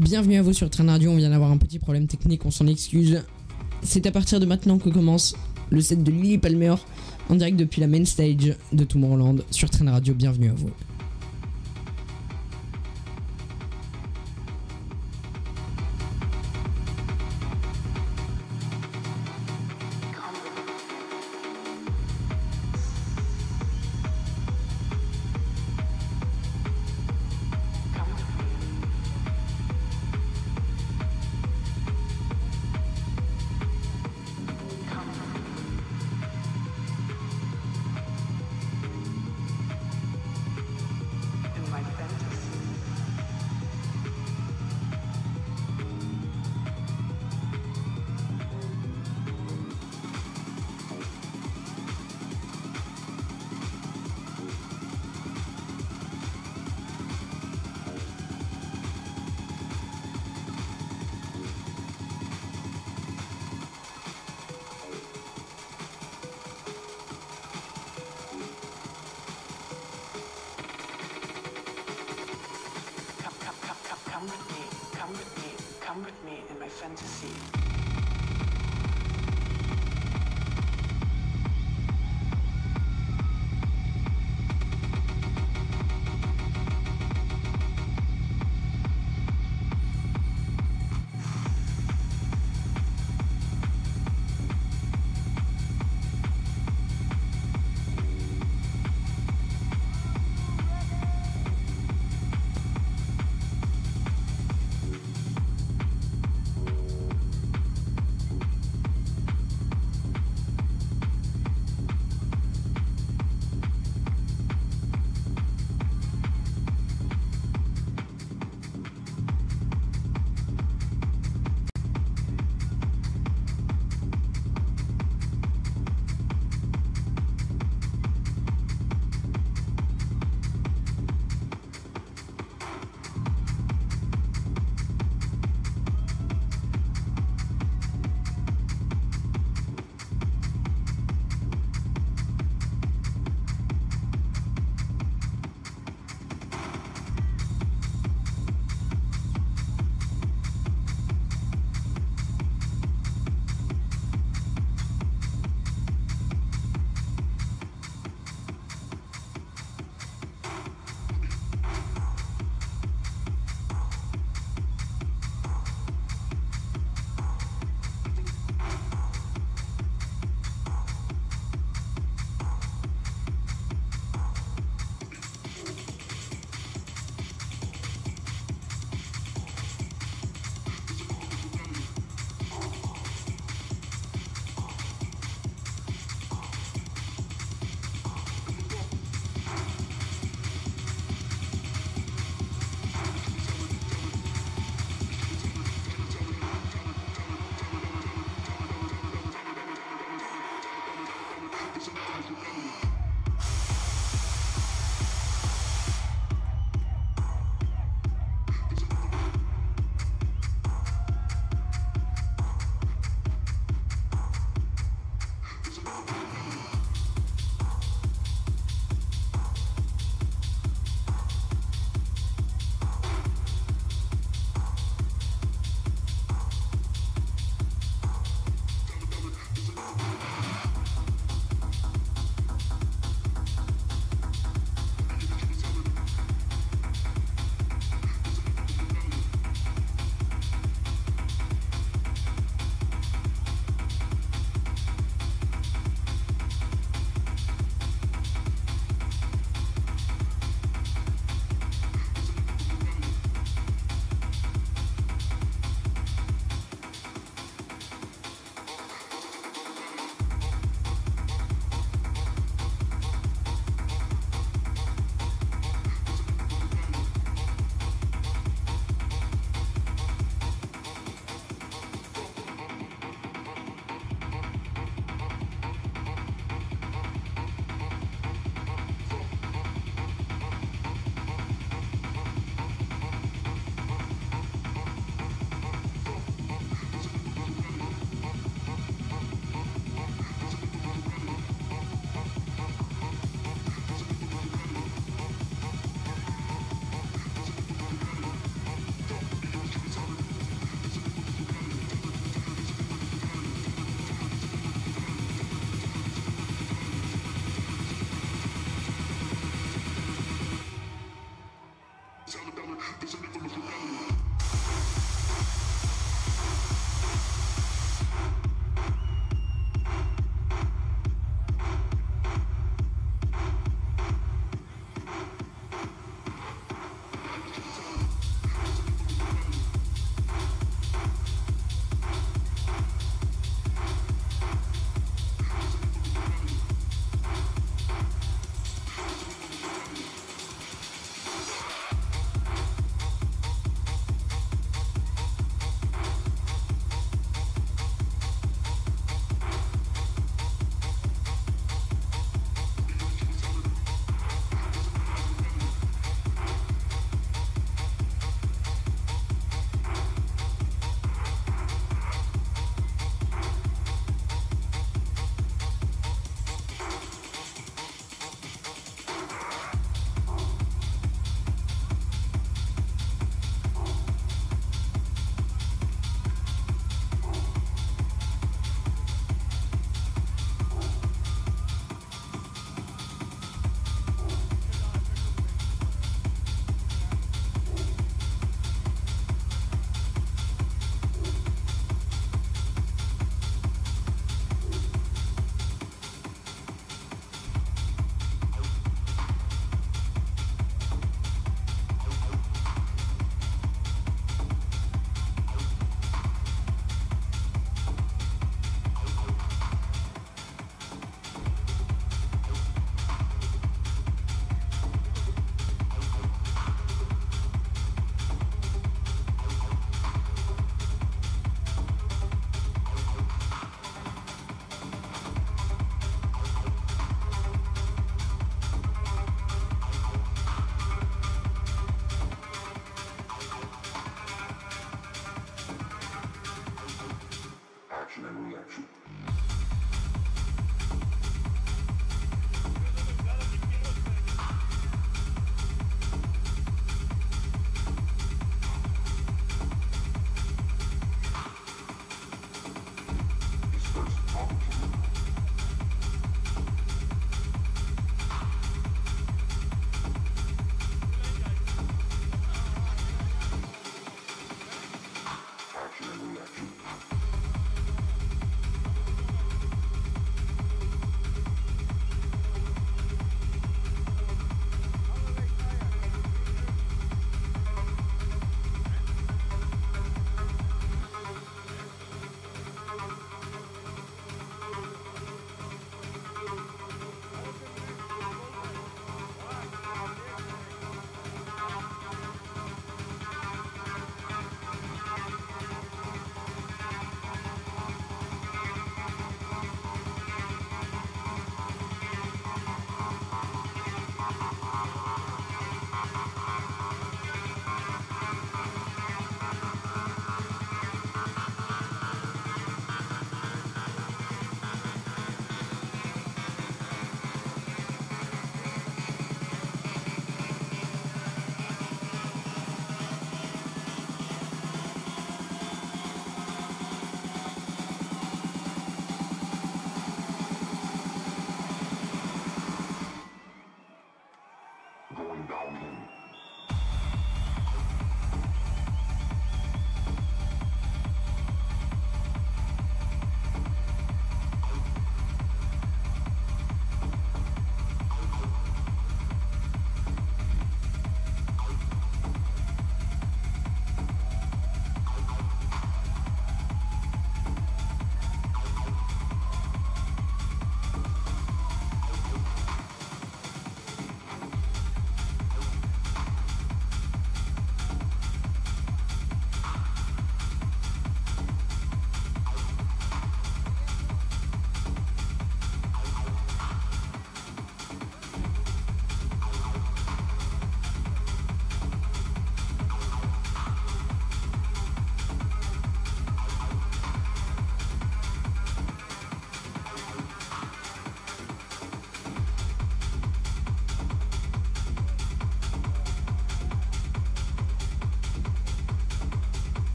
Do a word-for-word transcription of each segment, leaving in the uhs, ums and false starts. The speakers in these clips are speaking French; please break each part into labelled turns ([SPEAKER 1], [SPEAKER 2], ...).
[SPEAKER 1] Bienvenue à vous sur Train Radio, on vient d'avoir un petit problème technique, on s'en excuse. C'est à partir de maintenant que commence le set de Lily Palmer en direct depuis la main stage de Tomorrowland sur Train Radio, bienvenue à vous.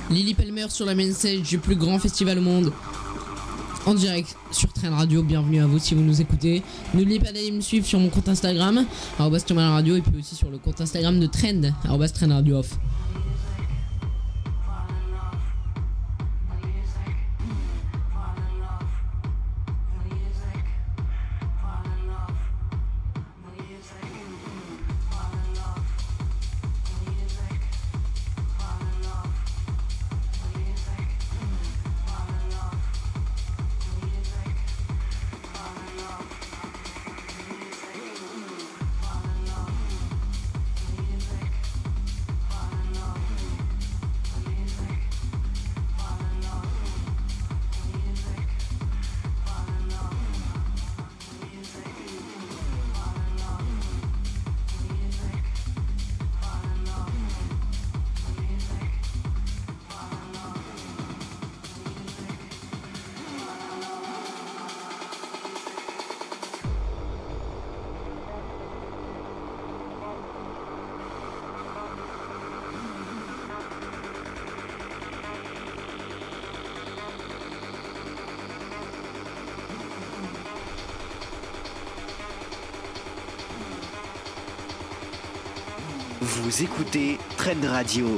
[SPEAKER 1] Lily Palmer sur la main stage du plus grand festival au monde. En direct sur Train Radio, bienvenue à vous si vous nous écoutez. N'oubliez pas d'aller me suivre sur mon compte Instagram, arobase Thomas Radio, et puis aussi sur le compte Instagram de Trend, arobase Train Radio Off.
[SPEAKER 2] Vous écoutez Trend Radio.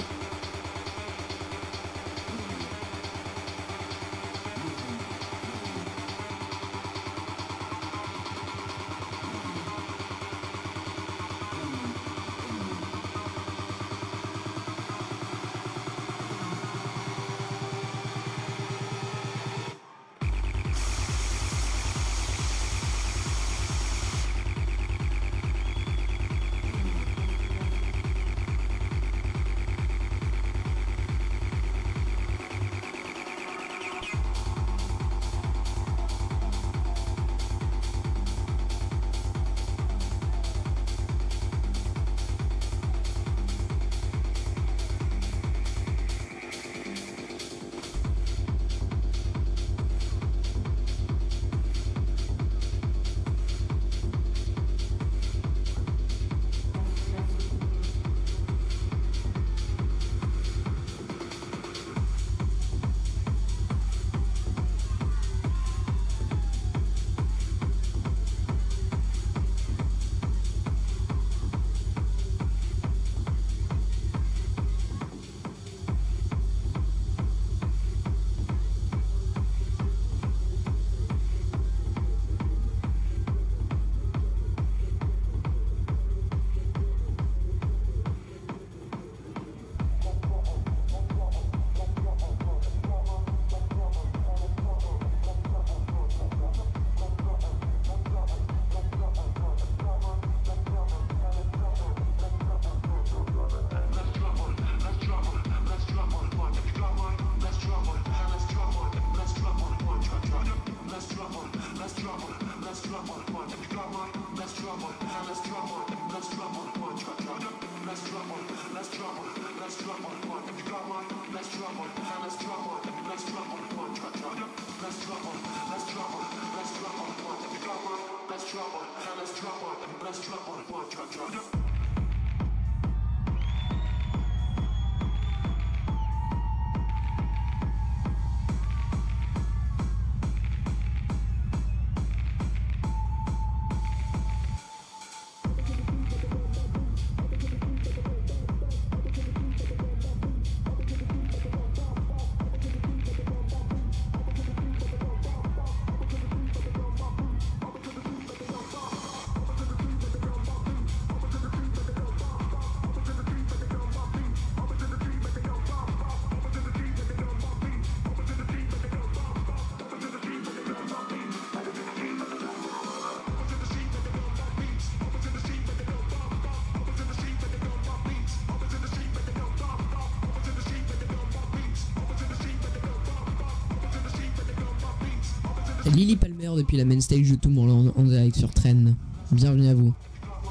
[SPEAKER 1] Lily Palmer depuis la main stage de Tomorrowland en direct sur Train. Bienvenue à vous.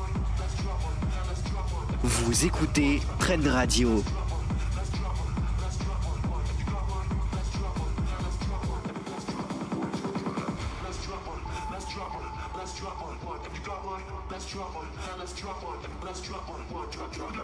[SPEAKER 2] Vous écoutez Trend Radio.
[SPEAKER 3] Let's drop on, let's drop on, let's drop on, let's drop on, let's drop on, let's drop on, let's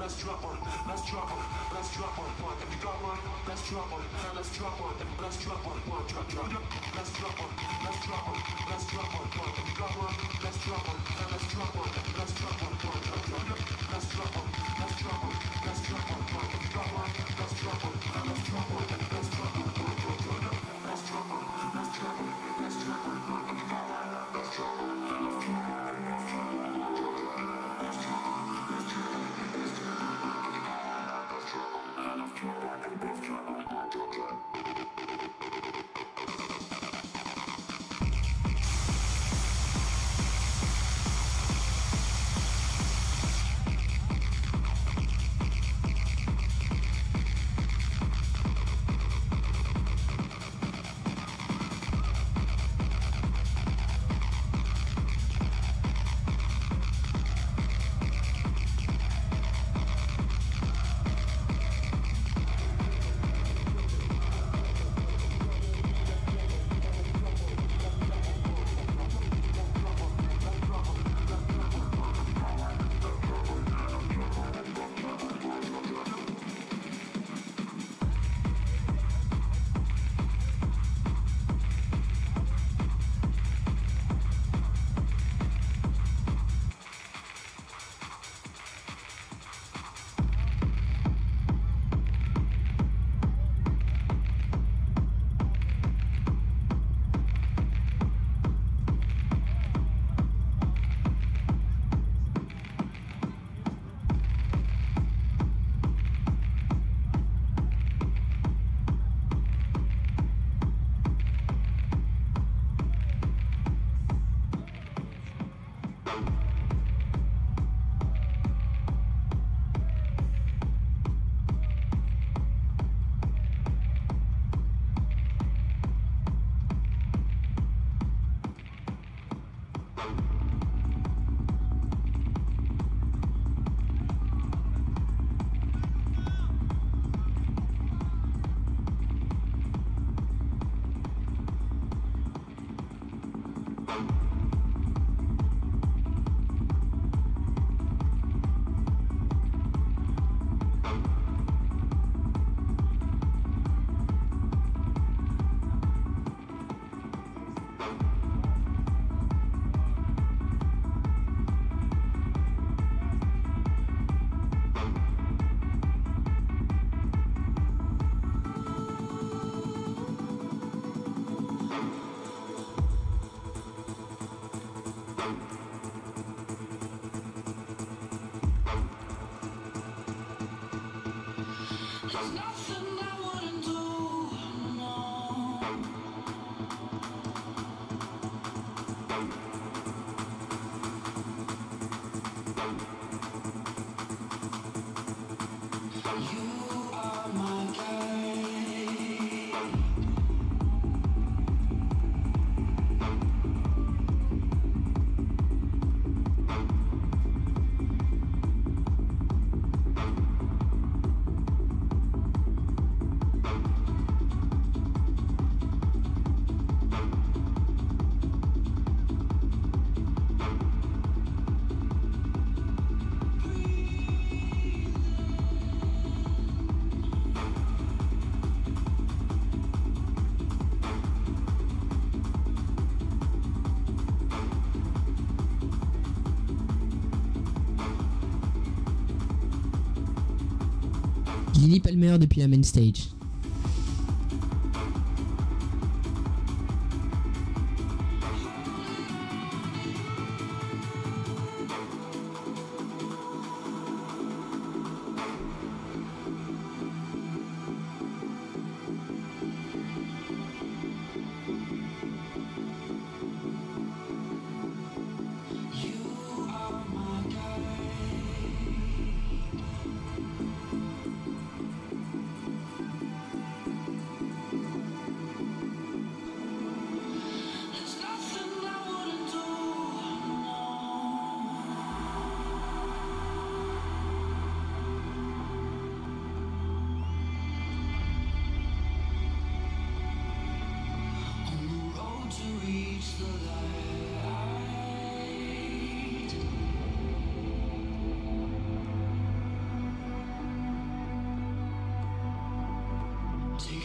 [SPEAKER 1] Lily Palmer depuis la main stage.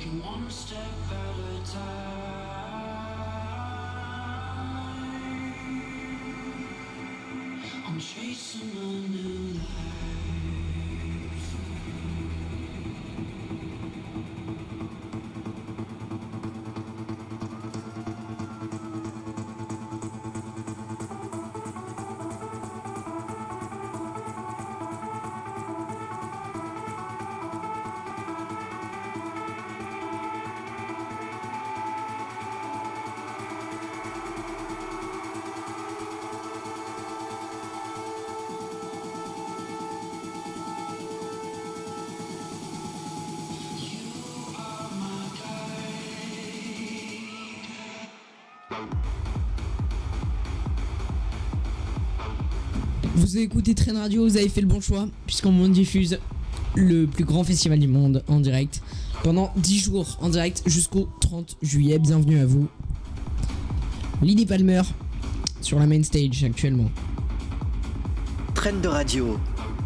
[SPEAKER 1] Vous avez écouté Train Radio, vous avez fait le bon choix, puisqu'on diffuse le plus grand festival du monde en direct pendant dix jours en direct jusqu'au trente juillet. Bienvenue à vous. Lily Palmer sur la main stage actuellement.
[SPEAKER 2] Train de Radio.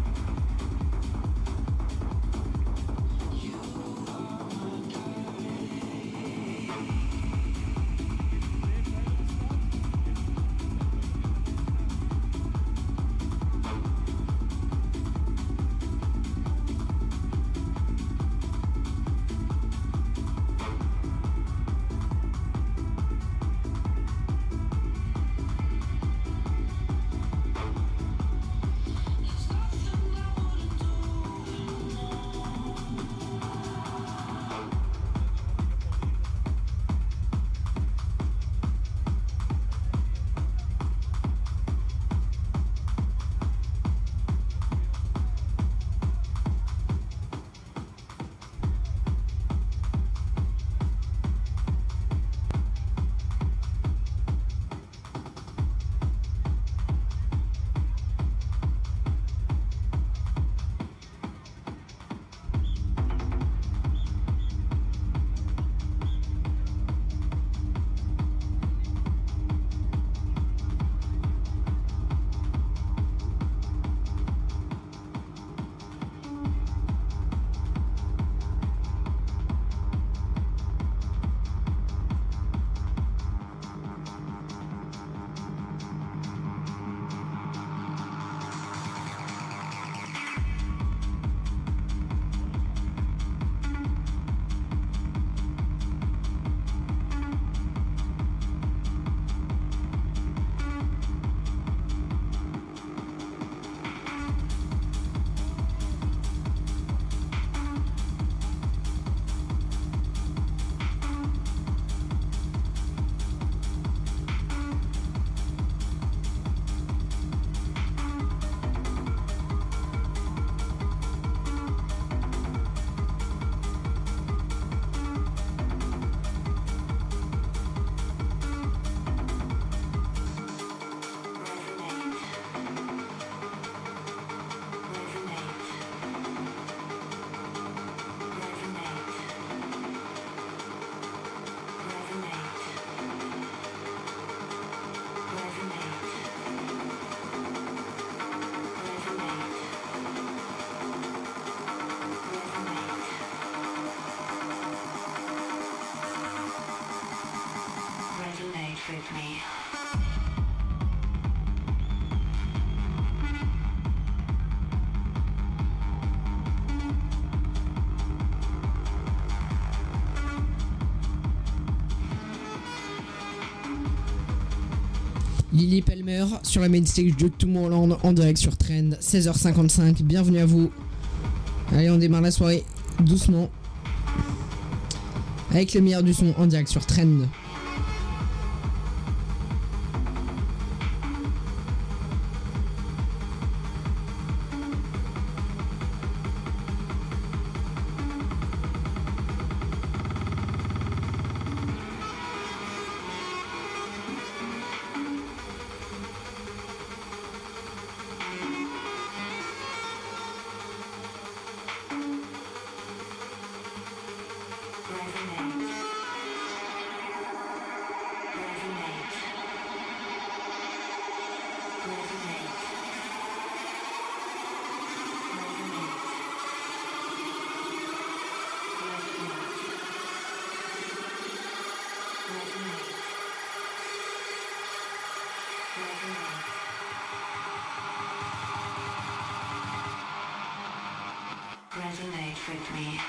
[SPEAKER 1] Lily Palmer sur la main stage de Tomorrowland en direct sur Trend, seize heures cinquante-cinq. Bienvenue à vous. Allez, on démarre la soirée doucement avec le meilleur du son en direct sur Trend.
[SPEAKER 3] Resonate. Resonate with me.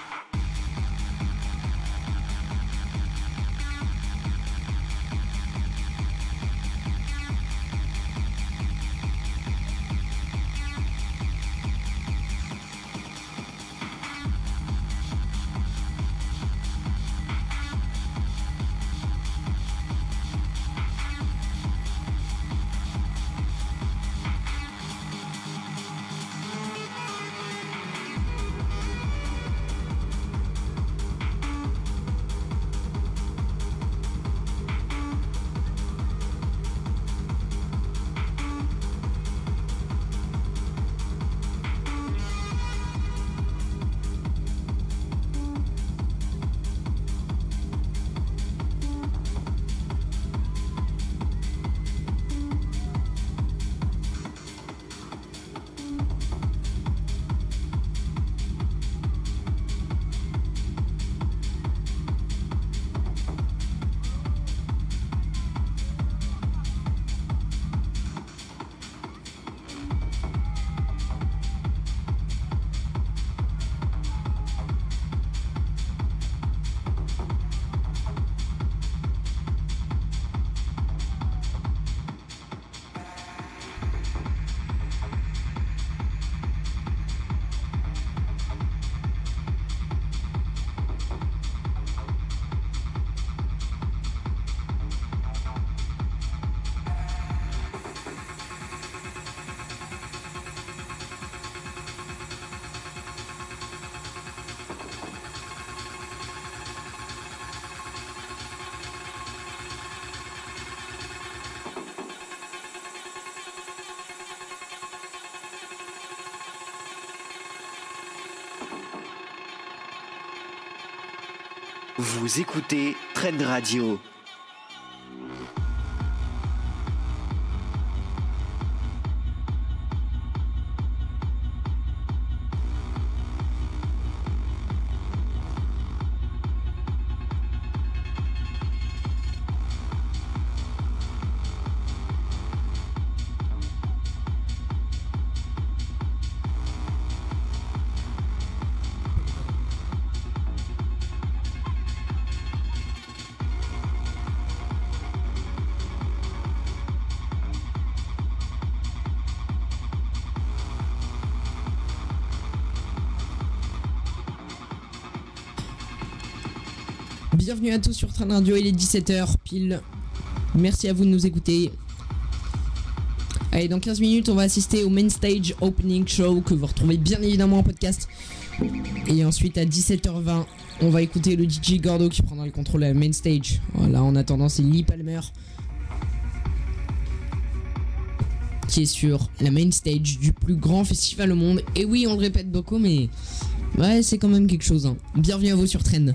[SPEAKER 2] Vous écoutez Trend Radio.
[SPEAKER 1] Bienvenue à tous sur Trend Radio, il est dix-sept heures pile. Merci à vous de nous écouter. Allez, dans quinze minutes, on va assister au Main Stage Opening Show que vous retrouvez bien évidemment en podcast. Et ensuite, à dix-sept heures vingt, on va écouter le D J Gordo qui prendra le contrôle à la Main Stage. Voilà, en attendant, c'est Lee Palmer qui est sur la Main Stage du plus grand festival au monde. Et oui, on le répète beaucoup, mais ouais, c'est quand même quelque chose. Hein. Bienvenue à vous sur Trend.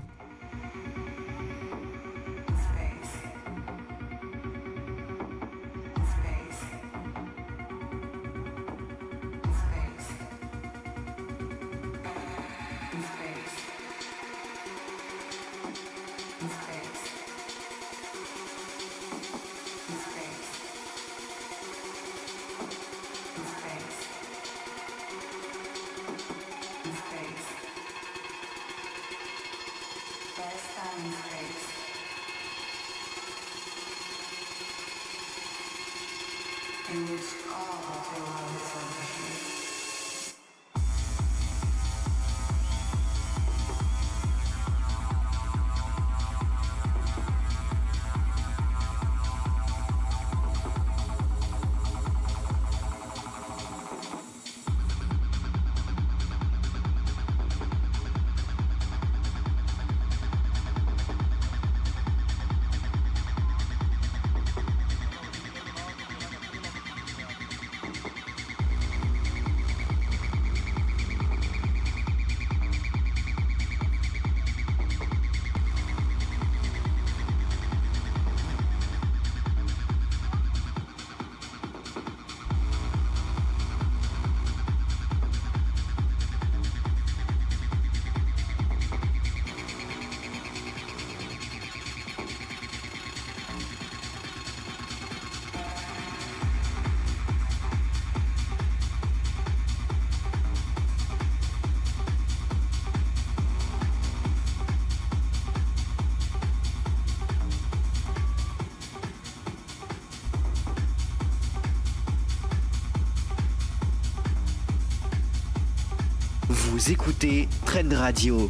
[SPEAKER 2] Vous écoutez Trend Radio.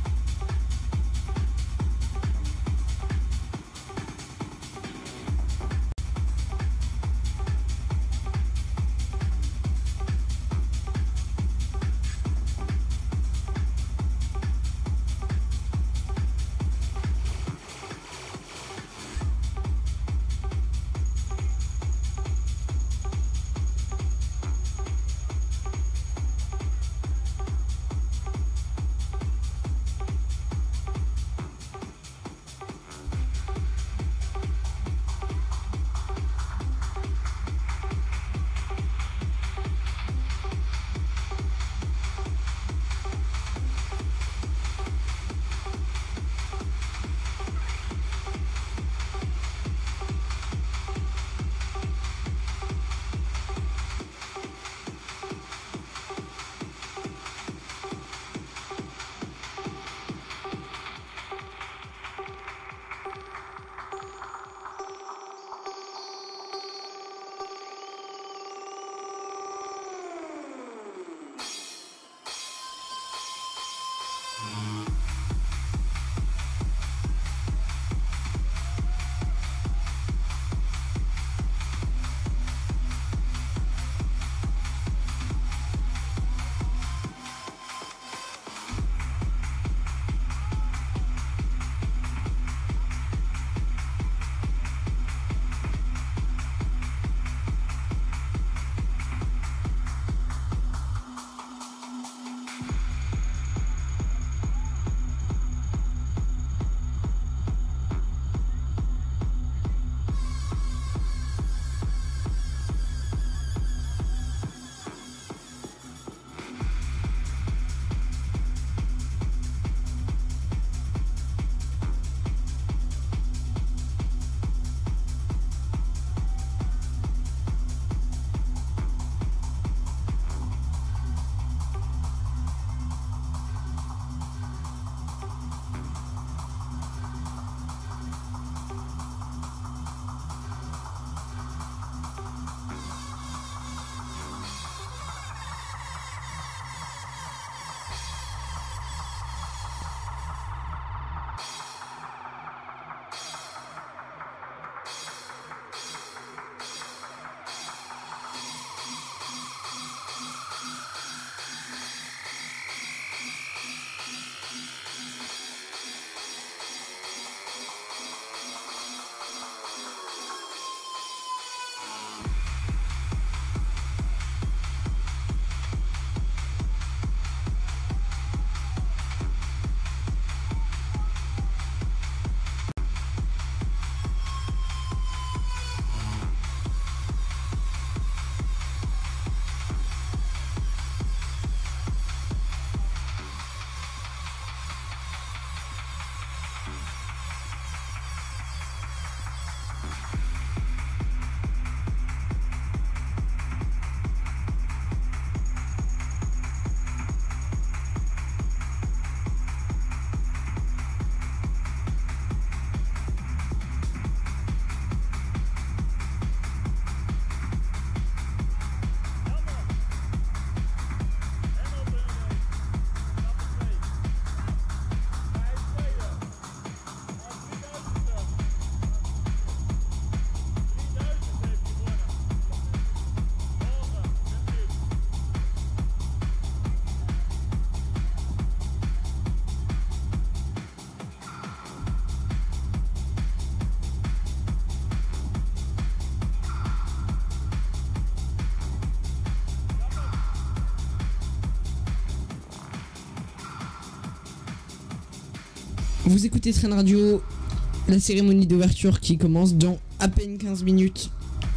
[SPEAKER 1] Vous écoutez Train Radio, la cérémonie d'ouverture qui commence dans à peine quinze minutes.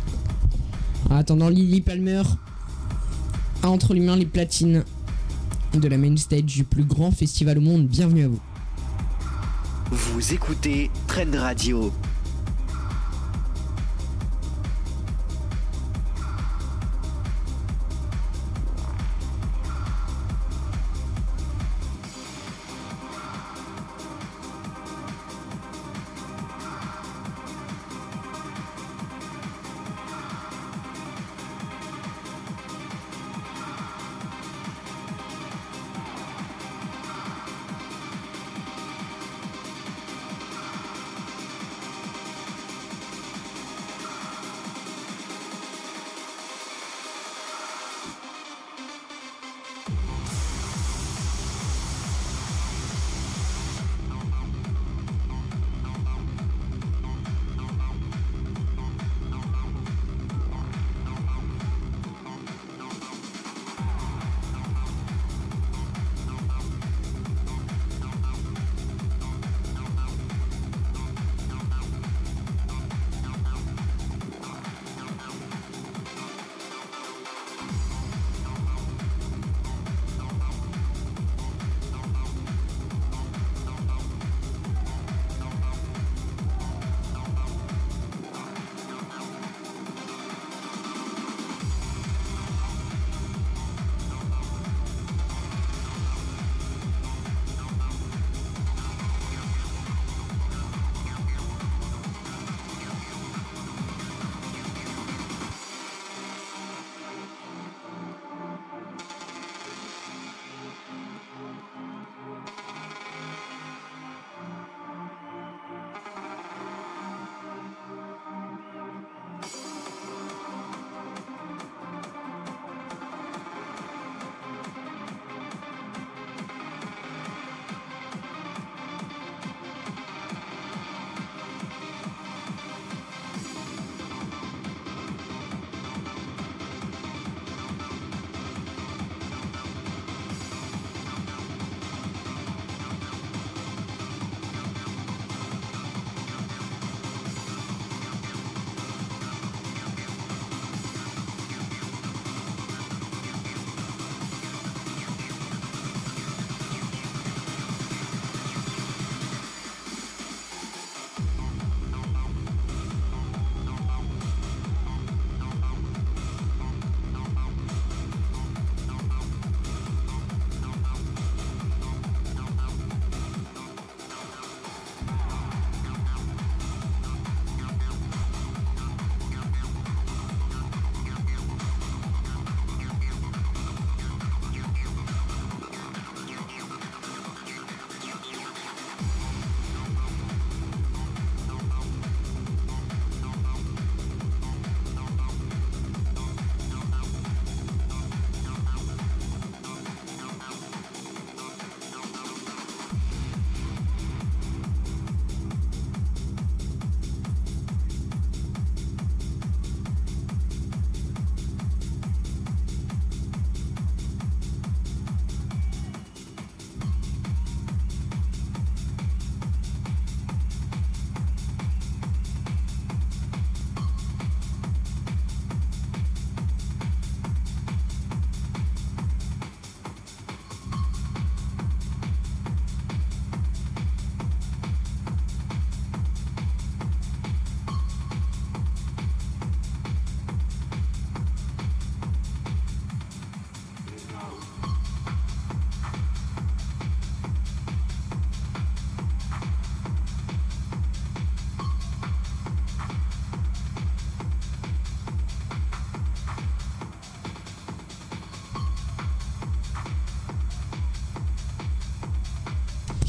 [SPEAKER 1] En attendant, Lily Palmer a entre les mains les platines de la main stage du plus grand festival au monde. Bienvenue à vous.
[SPEAKER 2] Vous écoutez Trend Radio.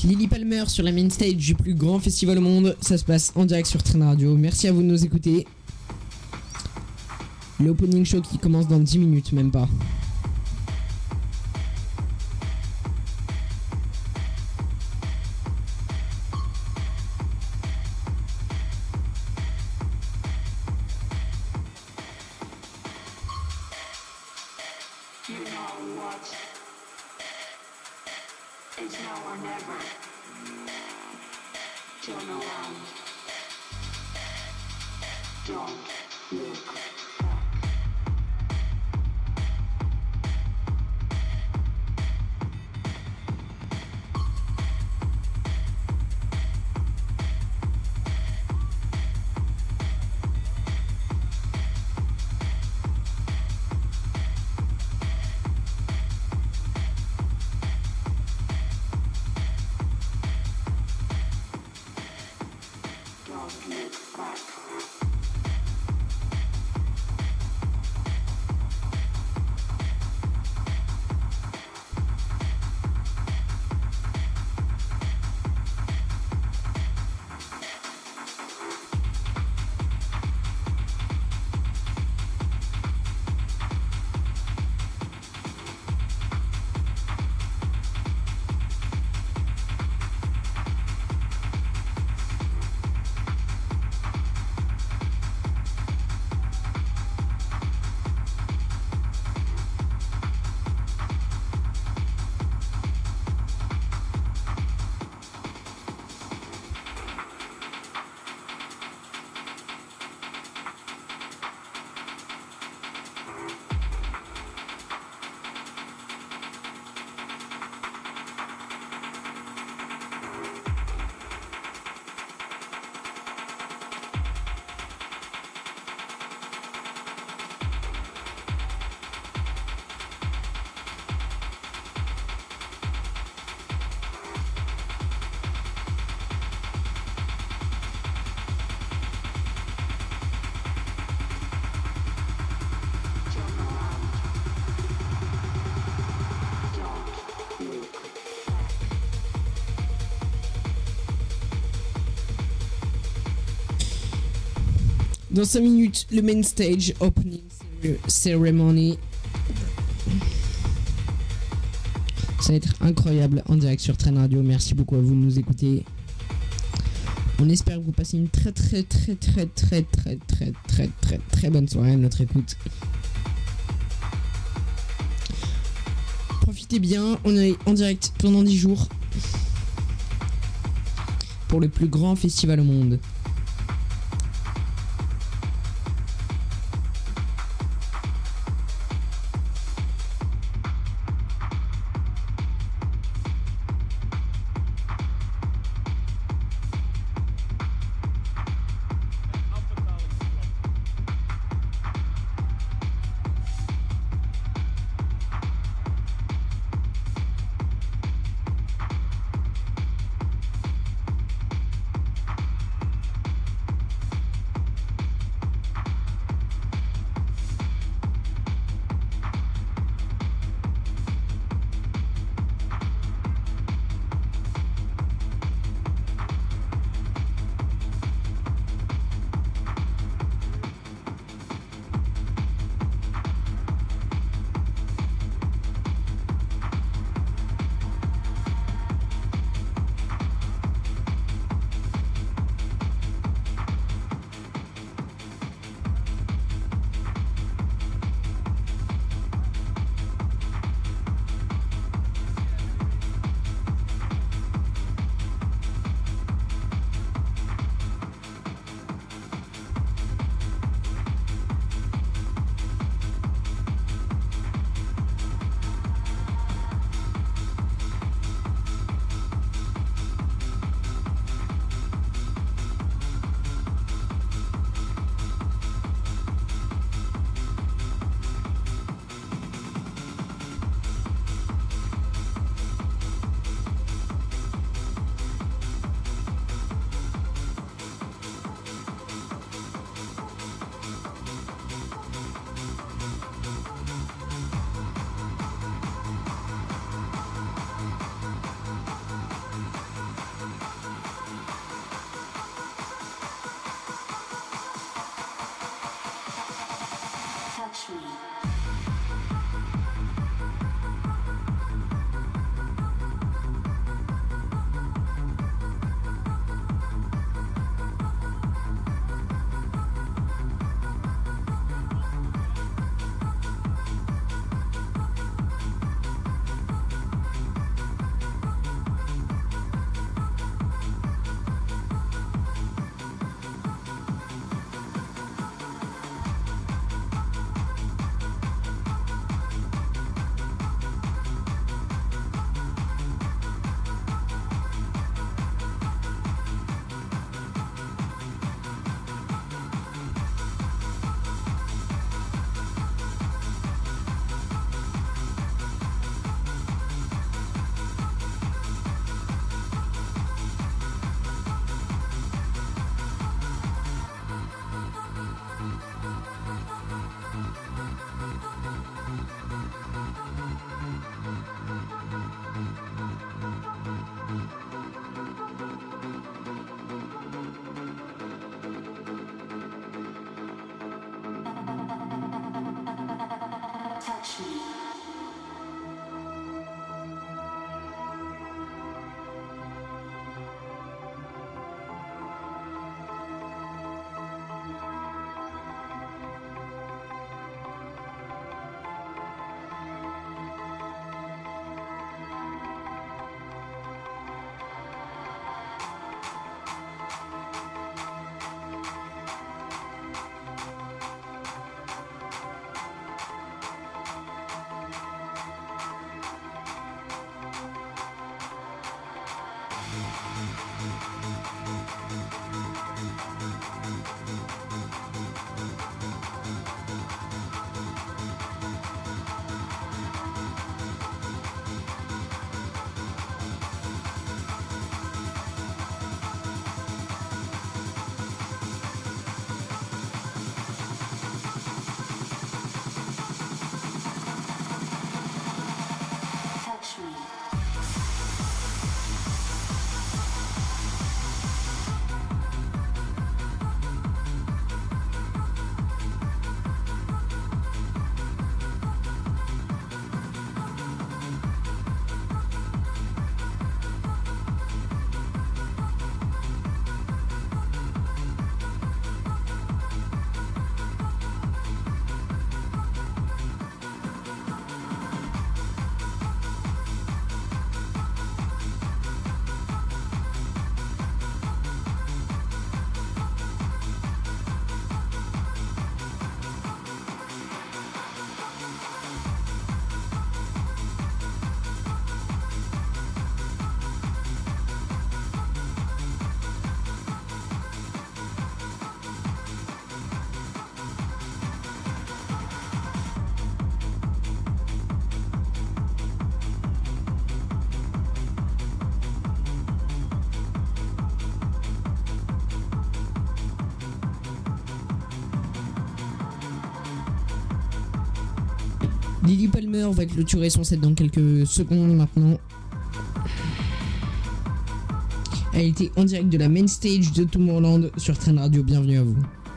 [SPEAKER 1] Lily Palmer sur la main stage du plus grand festival au monde. Ça se passe en direct sur Train Radio. Merci à vous de nous écouter. L'opening show qui commence dans dix minutes, même pas. Dans cinq minutes, le main stage opening ceremony. Ça va être incroyable en direct sur Train Radio. Merci beaucoup à vous de nous écouter. On espère que vous passez une très très très très très très très très très très bonne soirée à notre écoute. Profitez bien, on est en direct pendant dix jours pour le plus grand festival au monde. Lily Palmer va clôturer son set dans quelques secondes maintenant. Elle était en direct de la main stage de Tomorrowland sur Train Radio. Bienvenue à vous.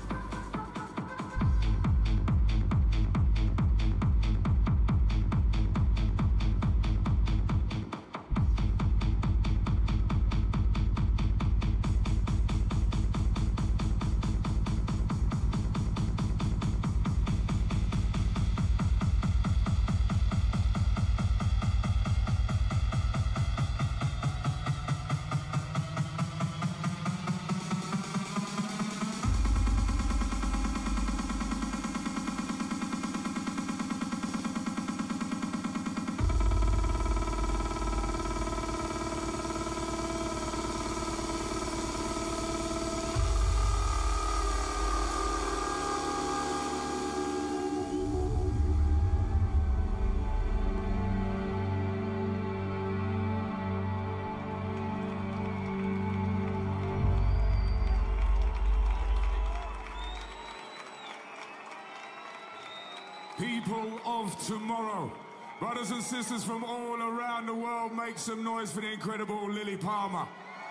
[SPEAKER 3] People of tomorrow, brothers and sisters from all around the world, make some noise for the incredible Lily Palmer.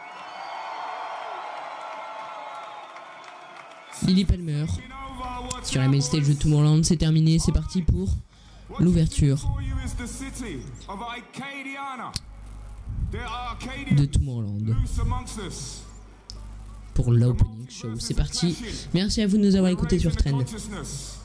[SPEAKER 1] Lily Palmer sur la main stage de Tomorrowland, c'est terminé, c'est parti pour l'ouverture de Tomorrowland. Pour l'opening show, c'est parti. Merci à vous de nous avoir écoutés sur Trend.